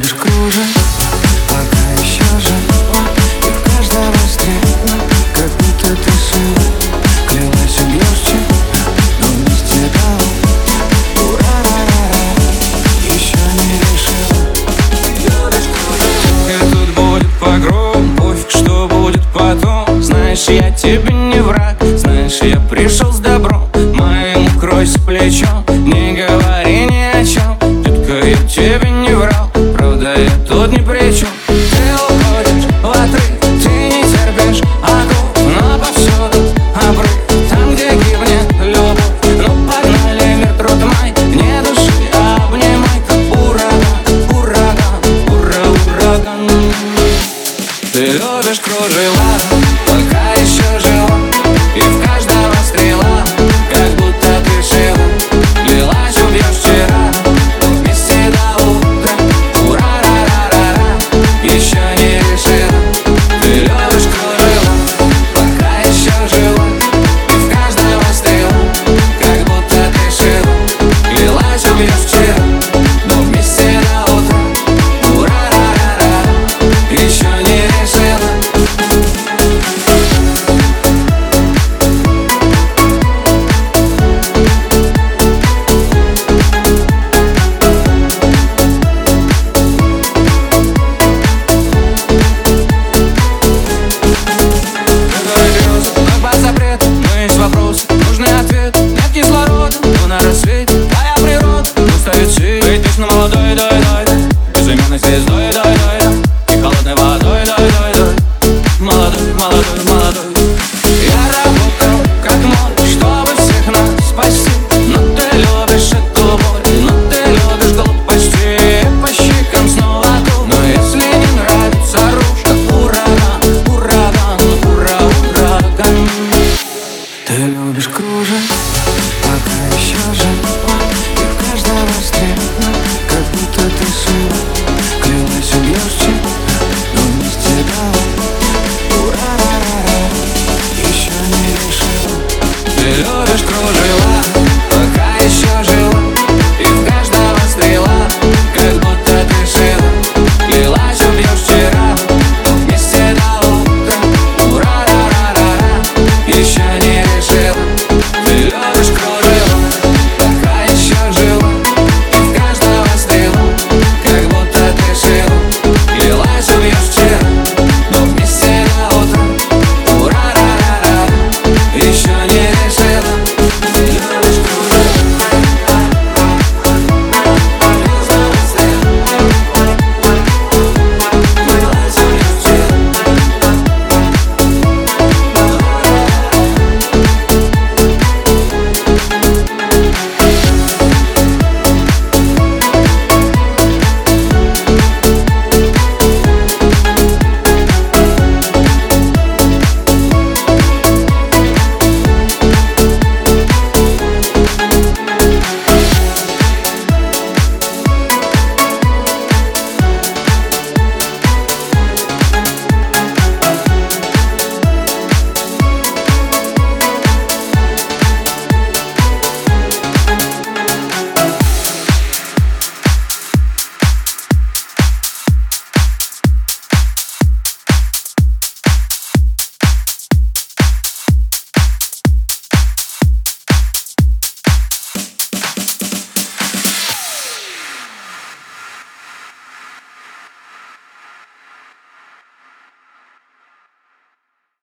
любишь кружить, пока еще жива, и в каждом стреле, как будто ты сын. Клялась, убьешь тебя, но вместе дал. Ура-ра-ра-ра, еще не решил. Любишь кружить. И тут будет погром, пофиг, что будет потом. Знаешь, я тебе не враг, знаешь, я пришел с добром. Моим укройся плечом, не говори ни о чем. Детка, я тебе не врал, правда, я тут ни при чем. Ты уходишь в отрыв, ты не терпишь огонь, но повсюду обрыв, там, где гибнет любовь. Ну погнали, мир, труд май, не души, обнимай, как ураган, ураган, ураган. Ты любишь кружева.